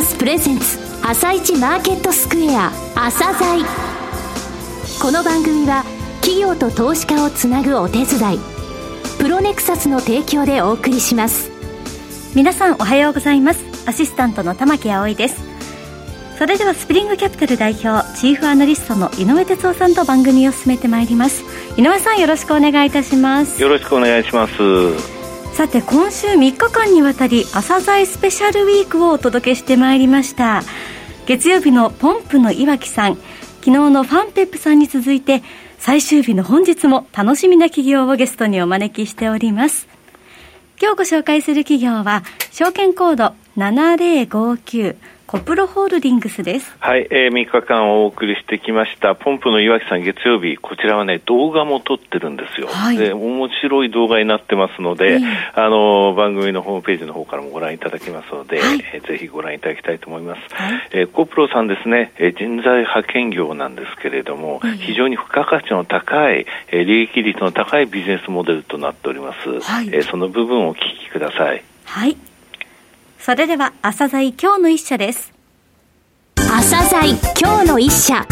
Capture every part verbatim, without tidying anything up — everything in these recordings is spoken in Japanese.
サスプレゼンツ朝一マーケットスクエア朝鮮。この番組は企業と投資家をつなぐお手伝いプロネクサスの提供でお送りします。 皆さんおはようございます。アシスタントの玉木葵です。それではスプリングキャピタル代表チーフアナリストの井上哲夫さんと番組を進めてまいります。井上さん、よろしくお願いいたします。 よろしくお願いします。 さて、今週みっかかんにわたり朝鮮スペシャルウィークをお届けしてまいりました。月曜日のポンプの岩木さん、昨日のファンペップさんに続いて最終日の本日も楽しみな企業をゲストにお招きしております。今日ご紹介する企業は証券コードななぜろごきゅうコプロホールディングスです。 はい、えー、みっかかんお送りしてきましたポンプの岩木さん、月曜日、こちらはね動画も撮ってるんですよ、はい、で面白い動画になってますので、えー、あの番組のホームページの方からもご覧いただけますので、はい、えー、ぜひご覧いただきたいと思います、はい。えー、コプロさんですね、えー、人材派遣業なんですけれども、うん、非常に付加価値の高い、えー、利益率の高いビジネスモデルとなっております、はい。えー、その部分をお聞きください。 はい、それでは朝鮮今日の一社です。 朝鮮今日の一社。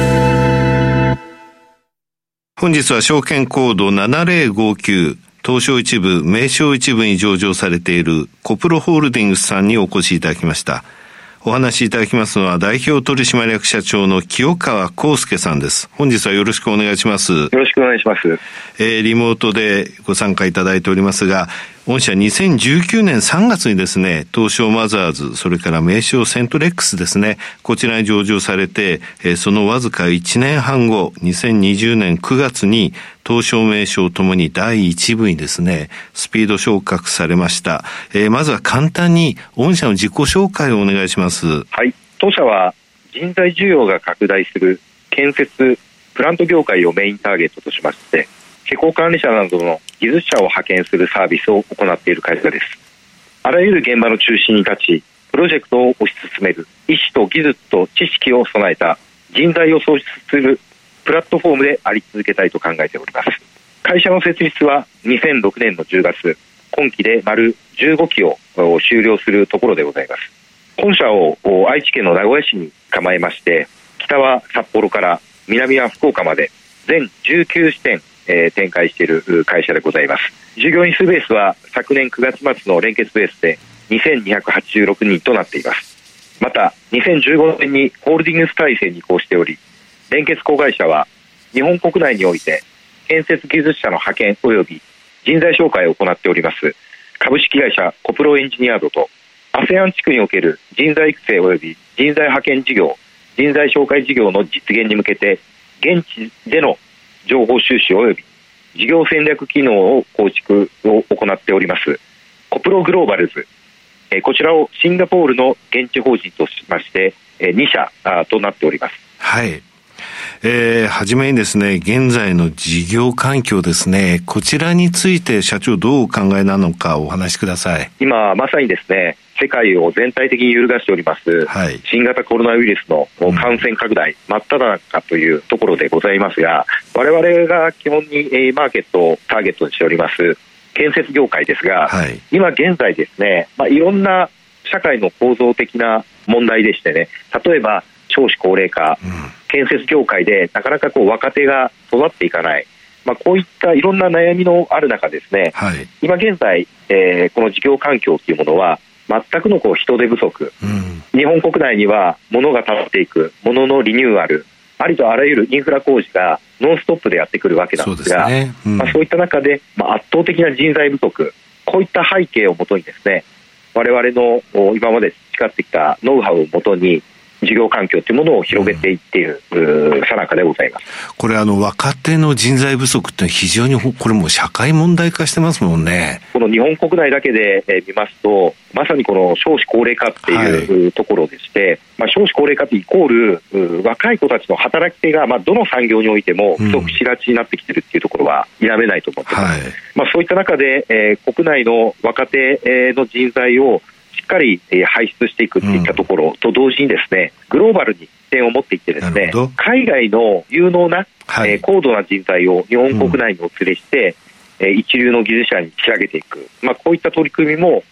本日は証券コードななぜろごきゅう東証一部名称一部に上場されているコプロホールディングスさんにお越しいただきました。お話しいただきますのは代表取締役社長の清川康介さんです。本日はよろしくお願いします。 よろしくお願いします。 えー、リモートでご参加いただいておりますが、御社にせんじゅうきゅうねんさんがつにですね、東証マザーズ、それから名称セントレックスですね、こちらに上場されて、えー、そのわずかいちねんはんご、にせんにじゅうねんくがつに東証名称ともにだいいち部にですね、スピード昇格されました。えー、まずは簡単に御社の自己紹介をお願いします。 はい、当社は人材需要が拡大する建設プラント業界をメインターゲットとしまして、施工管理者などの技術者を派遣するサービスを行っている会社です。あらゆる現場の中心に立ち、プロジェクトを推し進める意思と技術と知識を備えた人材を創出するプラットフォームであり続けたいと考えております。会社の設立はにせんろくねんのじゅうがつ、今期で丸じゅうごきを終了するところでございます。本社を愛知県の名古屋市に構えまして、北は札幌から南は福岡まで全じゅうきゅうしてんえー、展開している会社でございます。従業員数ベースは昨年くがつ末の連結ベースでにせんにひゃくはちじゅうろくにんとなっています。またにせんじゅうごねんにホールディングス体制に移行しており、連結子会社は日本国内において建設技術者の派遣及び人材紹介を行っております株式会社コプロエンジニアードと アセアン 地区における人材育成及び人材派遣事業、人材紹介事業の実現に向けて現地での情報収集及び事業戦略機能を構築を行っておりますコプログローバルズ、えー、こちらをシンガポールの現地法人としまして、えー、にしゃあとなっております。 はい、えー、はじめにですね、現在の事業環境ですね、こちらについて社長どうお考えなのかお話しください。 今まさにですね、世界を全体的に揺るがしております、はい、新型コロナウイルスの感染拡大、うん、真っ只中というところでございますが、我々が基本にマーケットをターゲットにしております建設業界ですが、はい、今現在ですね、まあ、いろんな社会の構造的な問題でしてね、例えば少子高齢化、うん、建設業界でなかなかこう若手が育っていかない、まあ、こういったいろんな悩みのある中ですね、はい、今現在、えー、この事業環境というものは全くのこう人手不足、うん、日本国内には物が建っていく、物のリニューアル、ありとあらゆるインフラ工事がノンストップでやってくるわけなんですが、そうですね、うん、まあ、そういった中で、まあ、圧倒的な人材不足、こういった背景をもとにですね、我々の今まで培ってきたノウハウをもとに事業環境というものを広げていっているさなかでございます。 これあの若手の人材不足って非常にこれもう社会問題化してますもんね。 この日本国内だけで見ますと、まさにこの少子高齢化っていう、はい、ところでして、まあ、少子高齢化ってイコール若い子たちの働き手が、まあ、どの産業においても不足しがちになってきているっていうところは否めないと思っています、はい。まあ、そういった中で、えー、国内の若手の人材をしっかり輩出していくといったところと同時にですね、グローバルに視点を持っていってですね、海外の有能な、はい、えー、高度な人材を日本国内にお連れして、うん、えー、一流の技術者に仕上げていく、まあ、こういった取り組みも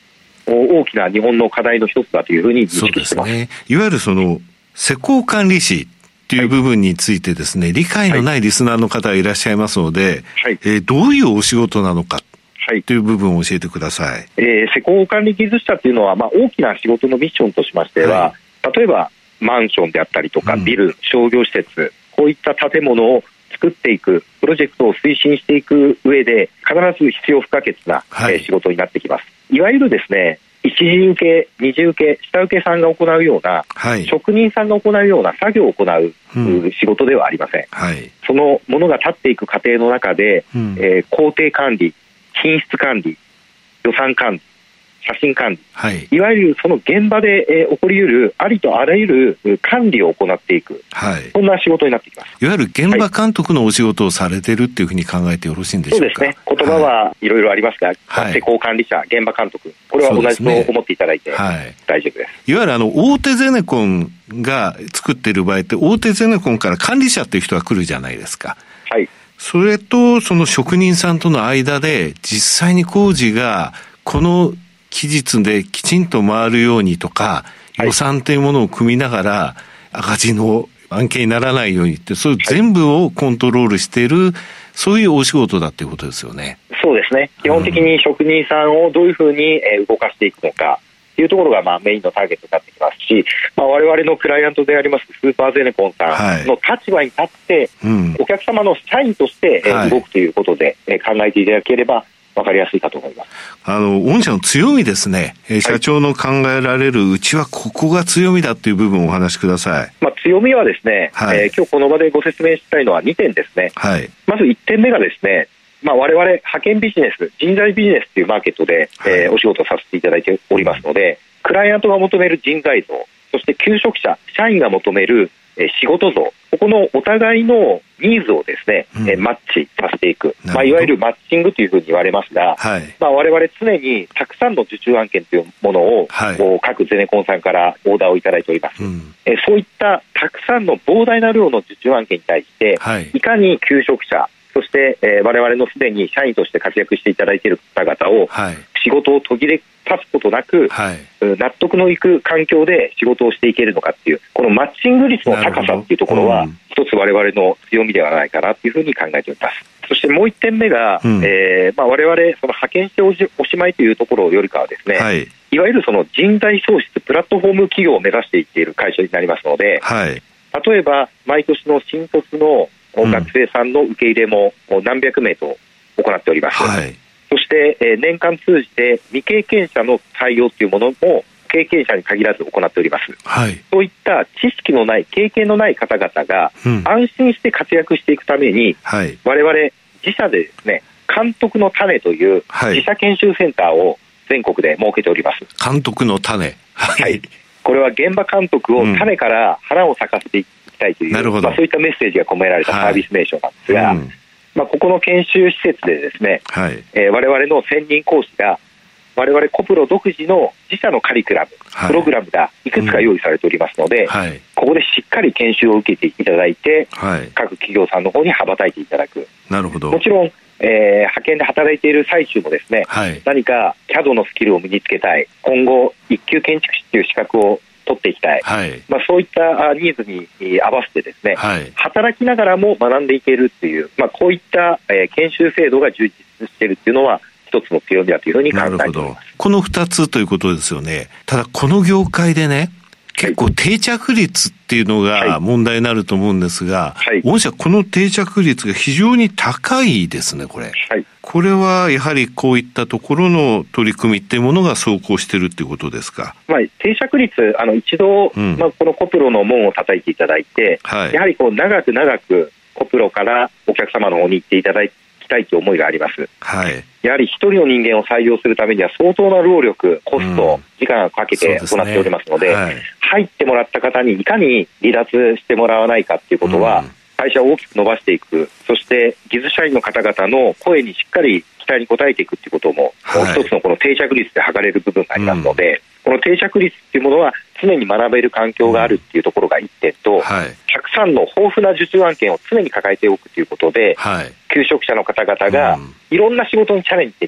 大きな日本の課題の一つだというふうに認識しています。 そうですね。いわゆるその施工管理士っていう部分についてですね、はい、理解のないリスナーの方がいらっしゃいますので、はい、えー、どういうお仕事なのかという部分を教えてください。 えー、施工管理技術者というのは、まあ、大きな仕事のミッションとしましては、はい、例えばマンションであったりとか、ビル、うん、商業施設、こういった建物を作っていくプロジェクトを推進していく上で必ず必要不可欠な、はい、えー、仕事になってきます。いわゆるですね、一次受け、二次受け、下請けさんが行うような、はい、職人さんが行うような作業を行う、うん、仕事ではありません、はい、そのものが立っていく過程の中で、うん、えー、工程管理、品質管理、予算管理、写真管理、はい、いわゆるその現場で、えー、起こり得るありとあらゆる管理を行っていく、はい、そんな仕事になってきます。 いわゆる現場監督のお仕事をされてるっていうふうに考えてよろしいんでしょうか。 そうですね。言葉はいろいろありますが、はい、施工管理者、現場監督、これは同じと思っていただいて大丈夫です。 いわゆるあの大手ゼネコンが作っている場合って、大手ゼネコンから管理者っていう人が来るじゃないですか。はい。それとその職人さんとの間で実際に工事がこの期日できちんと回るようにとか、予算というものを組みながら赤字の案件にならないようにって、そういう全部をコントロールしている、そういうお仕事だっていうことですよね。 そうですね。基本的に職人さんをどういうふうに動かしていくのかというところがまあメインのターゲットになってきますし、まあ、我々のクライアントでありますスーパーゼネコンさんの立場に立って、はい、うん、お客様の社員として動くということで考えていただければわかりやすいかと思います。 あの、御社の強みですね。えー、社長の考えられるうちはここが強みだという部分をお話しください。 まあ、強みはですね、はい、えー、今日この場でご説明したいのはにてんですね。はい、まずいってんめがですね、まあ、我々派遣ビジネス、人材ビジネスというマーケットで、はい、えー、お仕事をさせていただいておりますので、クライアントが求める人材像、そして求職者、社員が求める仕事像、ここのお互いのニーズをですね、うん、マッチさせていく、まあ、いわゆるマッチングというふうに言われますが、はい、まあ、我々常にたくさんの受注案件というものを、はい、各ゼネコンさんからオーダーをいただいております、うん、えそういったたくさんの膨大な量の受注案件に対して、はい、いかに求職者、そして、えー、我々のすでに社員として活躍していただいている方々を、はい、仕事を途切れさすことなく、はい、納得のいく環境で仕事をしていけるのかっていう、このマッチング率の高さっていうところは、うん、一つ我々の強みではないかなというふうに考えております。そしてもう一点目が、うん、えーまあ、我々その派遣しておし、おしまいというところよりかはですね、はい、いわゆるその人材創出プラットフォーム企業を目指していっている会社になりますので、はい、例えば毎年の新卒の学生さんの受け入れも何百名と行っております、はい、そして、えー、年間通じて未経験者の採用というものも経験者に限らず行っております、はい、そういった知識のない経験のない方々が安心して活躍していくために、うん、はい、我々自社でですね、監督の種という自社研修センターを全国で設けております。 監督の種、はい、はい、 これは現場監督を種から花を咲かせていきたいという、うん、まあ、そういったメッセージが込められたサービス名称なんですが、はい、うん、まあ、ここの研修施設でですね、はい、えー、我々の専任講師が我々コプロ独自の自社のカリキュラム、はい、プログラムがいくつか用意されておりますので、うん、はい、ここでしっかり研修を受けていただいて、はい、各企業さんの方に羽ばたいていただく。 なるほど。 もちろん、えー、派遣で働いている最中もですね、はい、何か キャド のスキルを身につけたい、今後一級建築士という資格を取っていきたい、はい、まあ、そういったニーズに合わせてですね、はい、働きながらも学んでいけるっていう、まあ、こういった、えー、研修制度が充実しているっていうのは一つの強みだというふうに考えております。なるほど。 この二つということですよね。ただこの業界でね、結構定着率っていうのが問題になると思うんですが、はい、御社この定着率が非常に高いですね、これ。はい、これはやはりこういったところの取り組みっていうものが走行しているっていうことですか。 まあ、定着率、あの一度、うん、まあ、このコプロの門を叩いていただいて、はい、やはりこう長く長くコプロからお客様の方に行っていただきたいという思いがあります。はい、やはり一人の人間を採用するためには相当な労力、コスト、うん、時間をかけて行っておりますので、はい、入ってもらった方にいかに離脱してもらわないかということは、うん、会社を大きく伸ばしていく、そして技術社員の方々の声にしっかり期待に応えていくということも、はい、もう一つのこの定着率で測れる部分がありますので、うん、この定着率というものは常に学べる環境があるというところが一点と、はい、たくさんの豊富な受注案件を常に抱えておくということで、はい、求職者の方々がいろんな仕事にチャレンジできる、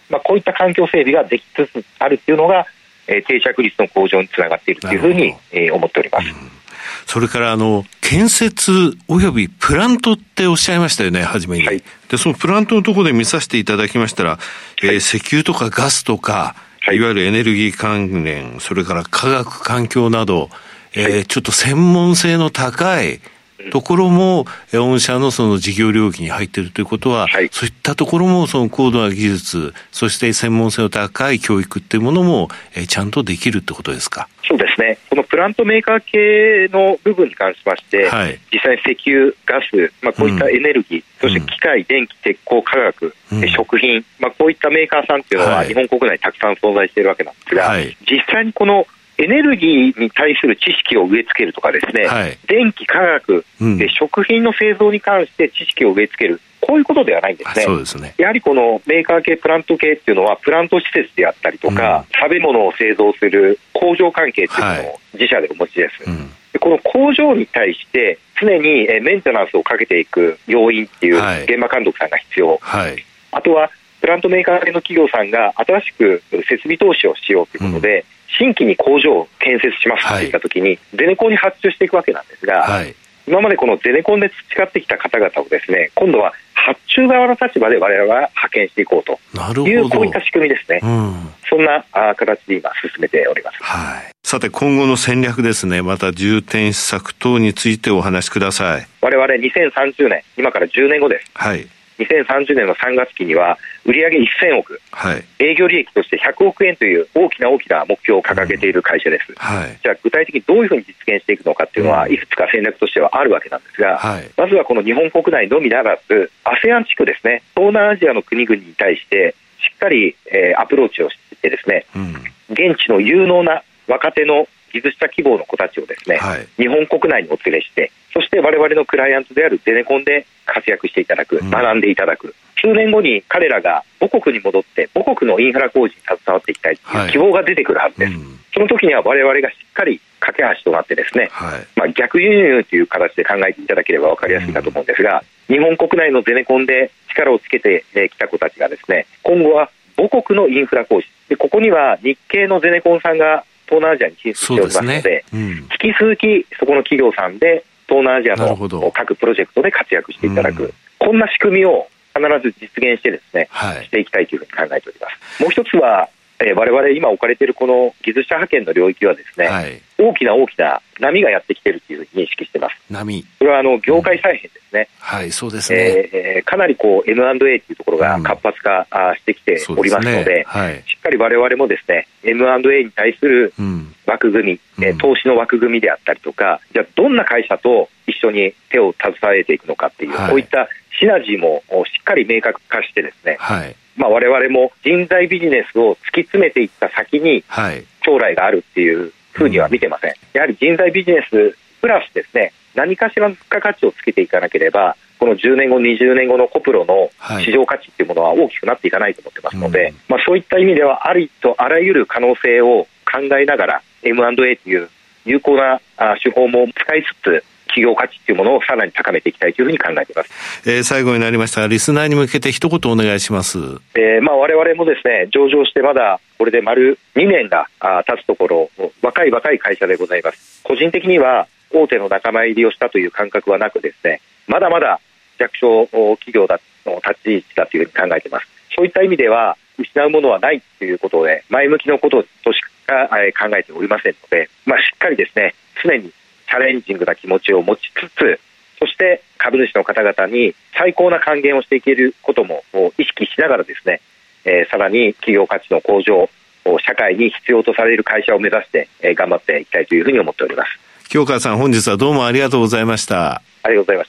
まあ、こういった環境整備ができつつあるというのが、えー、定着率の向上につながっているというふうに、えー、思っております。うん、 それからあの建設およびプラントっておっしゃいましたよね、初めに。はい、でそのプラントのところで見させていただきましたら、はい、えー、石油とかガスとか、はい、いわゆるエネルギー関連、それから科学環境など、えーはい、ちょっと専門性の高いところも、うん、御社のその事業領域に入っているということは、はい、そういったところもその高度な技術、そして専門性の高い教育っていうものも、えー、ちゃんとできるってことですか。 そうですね。このプラントメーカー系の部分に関しまして、はい、実際に石油、ガス、まあ、こういったエネルギー、うん、そして機械、電気、鉄鋼、化学、うん、食品、まあ、こういったメーカーさんっていうのは日本国内にたくさん存在しているわけなんですが、はい、実際にこのエネルギーに対する知識を植え付けるとかですね、はい、電気、化学、うん、で食品の製造に関して知識を植え付ける、こういうことではないんですね。 そうですね。 やはりこのメーカー系、プラント系っていうのはプラント施設であったりとか、うん、食べ物を製造する工場関係っていうのを自社でお持ちです、はい、うん、でこの工場に対して常にメンテナンスをかけていく要員っていう現場監督さんが必要、はい、あとはプラントメーカー系の企業さんが新しく設備投資をしようということで、うん、新規に工場を建設しますといったときに、はい、ゼネコンに発注していくわけなんですが、はい、今までこのゼネコンで培ってきた方々をですね、今度は発注側の立場で我々は派遣していこうという、こういった仕組みですね、うん、そんな形で今進めております、 はい、さて今後の戦略ですね、また重点施策等についてお話しください。 我々にせんさんじゅうねん、今からじゅうねんごです、はい、にせんさんじゅうねんのさんがつ期には売上せんおく、はい、営業利益としてひゃくおくえんという大きな大きな目標を掲げている会社です、うん、はい、じゃあ具体的にどういうふうに実現していくのかっていうのは、うん、いくつか戦略としてはあるわけなんですが、はい、まずはこの日本国内のみならず アセアン 地区ですね、東南アジアの国々に対してしっかり、えー、アプローチをしてですね、うん、現地の有能な若手の技術者希望の子たちをですね、はい、日本国内にお連れして、そして我々のクライアントであるゼネコンで活躍していただく、うん、学んでいただく、数年後に彼らが母国に戻って母国のインフラ工事に携わっていきたいという希望が出てくるはずです、はい、うん、その時には我々がしっかり架け橋となってですね、はい、まあ、逆輸入という形で考えていただければ分かりやすいかと思うんですが、うん、日本国内のゼネコンで力をつけてきた子たちがですね、今後は母国のインフラ工事で、ここには日系のゼネコンさんが東南アジアに進出しておりますの で, で、ね、うん、引き続きそこの企業さんで東南アジアの各プロジェクトで活躍していただく、うん、こんな仕組みを必ず実現してですね、はい、していきたいというふうに考えております。もう一つは、えー、我々今置かれているこの技術者派遣の領域はですね、はい、大きな大きな波がやってきているというふうに認識しています。 波、 これはあの業界再編ですね、 うん、はい、そうですね、 えー、かなりこう エムアンドエー というところが活発化、うん、してきておりますの で, で、ね、はい、しっかり我々もですね エムアンドエー に対する枠組み、うん、投資の枠組みであったりとか、じゃあどんな会社と一緒に手を携えていくのかっていう、はい、こういったシナジーもしっかり明確化してですね、はい、まあ、我々も人材ビジネスを突き詰めていった先に将来があるっていうふうには見てません、うん、やはり人材ビジネスプラスですね、何かしらの付加価値をつけていかなければこのじゅうねんごにじゅうねんごのコプロの市場価値っていうものは大きくなっていかないと思ってますので、はい、うん、まあ、そういった意味ではありとあらゆる可能性を考えながら エムアンドエー という有効な手法も使いつつ企業価値というものをさらに高めていきたいというふうに考えています。 えー、最後になりましたがリスナーに向けて一言お願いします。 えーまあ、我々もですね上場してまだこれで丸にねんが経つところ若い若い会社でございます。個人的には大手の仲間入りをしたという感覚はなくですね、まだまだ弱小企業だの立ち位置だというふうに考えています。そういった意味では失うものはないということで前向きなこととしか考えておりませんので、まあ、しっかりですね常にチャレンジングな気持ちを持ちつつ、そして株主の方々に最高な還元をしていけることも意識しながらですね、えー、さらに企業価値の向上、社会に必要とされる会社を目指して、えー、頑張っていきたいというふうに思っております。 清川さん、本日はどうもありがとうございました。 ありがとうございました。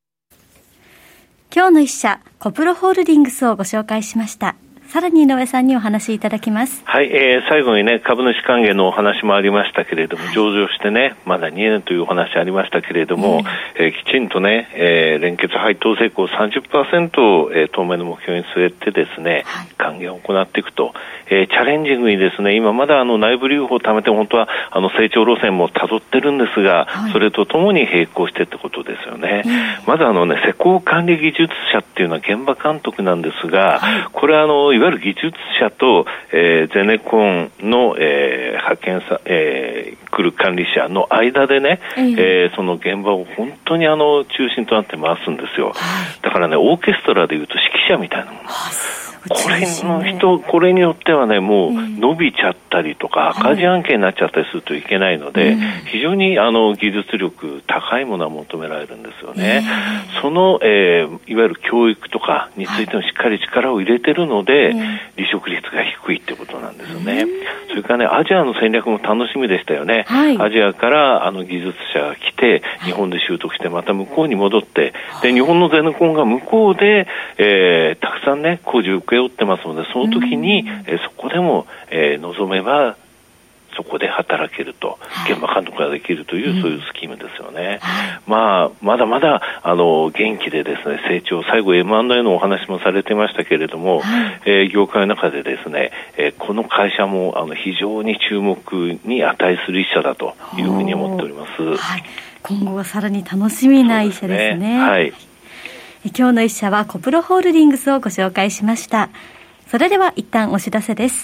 今日の一社コプロホールディングスをご紹介しました。さらに井上さんにお話しいただきます。 はい、えー、最後にね株主還元のお話もありましたけれども、はい、上場してねまだにねんというお話ありましたけれども、えーえー、きちんとね、えー、連結配当成功 さんじゅっパーセント を、えー、当面の目標に据えてですね、はい、還元を行っていくと、えー、チャレンジングにですね今まだあの内部留保を貯めて本当はあの成長路線も辿ってるんですが、はい、それとともに並行してってことですよね、はい、まずあのね施工管理技術者っていうのは現場監督なんですが、はい、これはあのいわわゆる技術者と、えー、ゼネコンの、えー、派遣さ、えー、来る管理者の間でね、えーえー、その現場を本当にあの中心となって回すんですよ、はい、だからねオーケストラでいうと指揮者みたいなもの、これの人、これによってはね、もう伸びちゃったりとか、赤字案件になっちゃったりするといけないので、非常にあの技術力高いものは求められるんですよね。その、えー、いわゆる教育とかについてもしっかり力を入れてるので、離職率が低いってことなんですよね。それからね、アジアの戦略も楽しみでしたよね。はい、アジアからあの技術者が来て、日本で習得して、また向こうに戻って、で、日本のゼネコンが向こうで、えー、たくさんね、工事を請け負ってますので、その時に、えー、そこでも、えー、望めばそこで働けると、現場監督ができるという、はい、そういうスキームですよね、はい、まあ、まだまだあの元気でですね、成長、最後 エムアンドエー のお話もされてましたけれども、はい、えー、業界の中でですね、えー、この会社もあの非常に注目に値する一社だというふうに思っております、はい、 今後はさらに楽しみな一社ですね。 はい、 今日の一社はコプロホールディングスをご紹介しました。それでは一旦お知らせです。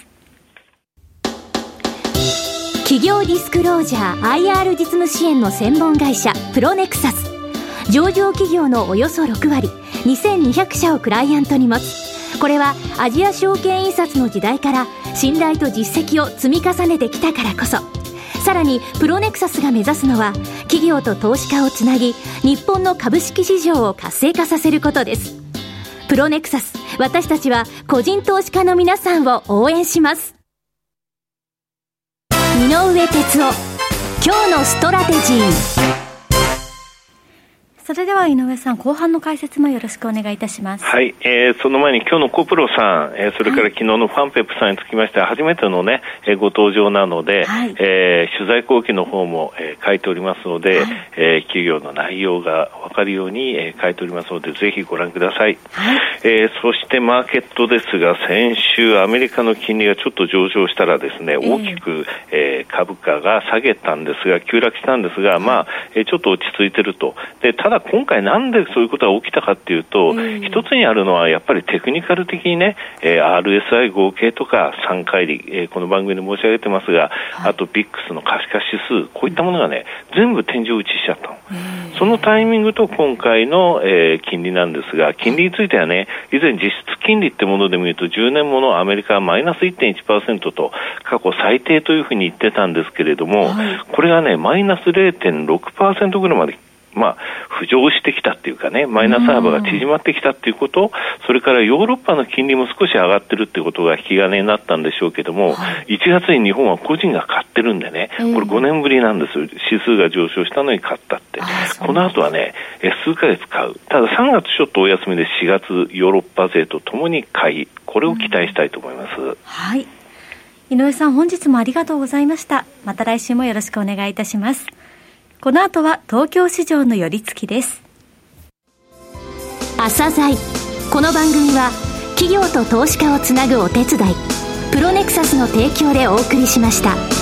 企業ディスクロージャー アイアール 実務支援の専門会社プロネクサス、上場企業のおよそろくわりにせんにひゃくしゃをクライアントに持つ。これはアジア証券印刷の時代から信頼と実績を積み重ねてきたからこそ。さらにプロネクサスが目指すのは企業と投資家をつなぎ、日本の株式市場を活性化させることです。プロネクサス、私たちは個人投資家の皆さんを応援します。井上哲夫、今日のストラテジー。 それでは井上さん、後半の解説もよろしくお願いいたします。 はい、えー、その前に今日のコプロさん、えー、それから昨日のファンペップさんにつきましては初めてのね、えー、ご登場なので、はい、えー、取材後期の方も、えー、書いておりますので、はい、えー、企業の内容が分かるように、えー、書いておりますのでぜひご覧ください、はい、えー、そしてマーケットですが、先週アメリカの金利がちょっと上昇したらですね、大きく、えー、株価が下げたんですが、急落したんですが、まあ、えー、ちょっと落ち着いてると。で、ただ今回なんでそういうことが起きたかっていうと、うん、一つにあるのはやっぱりテクニカル的にね、えー、アールエスアイ 合計とか参加入り、えー、この番組で申し上げてますが、はい、あとビックスの可視化指数、こういったものがね、全部天井打ちしちゃったの。そのタイミングと今回の、えー、金利なんですが、金利についてはね、以前実質金利ってもので見るとじゅうねんものアメリカはマイナス いってんいちパーセント と過去最低というふうに言ってたんですけれども、はい、これがねマイナス れいてんろくパーセント ぐらいまでまあ、浮上してきたっていうかね、マイナス幅が縮まってきたっていうこと、それからヨーロッパの金利も少し上がってるっていうことが引き金になったんでしょうけども、はい、いちがつに日本は個人が買ってるんでね、これごねんぶりなんですよ。指数が上昇したのに買ったって。この後はね、数ヶ月買う。たださんがつちょっとお休みでしがつヨーロッパ勢とともに買い、これを期待したいと思います。うん、 はい。井上さん、本日もありがとうございました。また来週もよろしくお願いいたします。この後は東京市場の寄り付きです。 朝鮮。この番組は企業と投資家をつなぐお手伝い、プロネクサスの提供でお送りしました。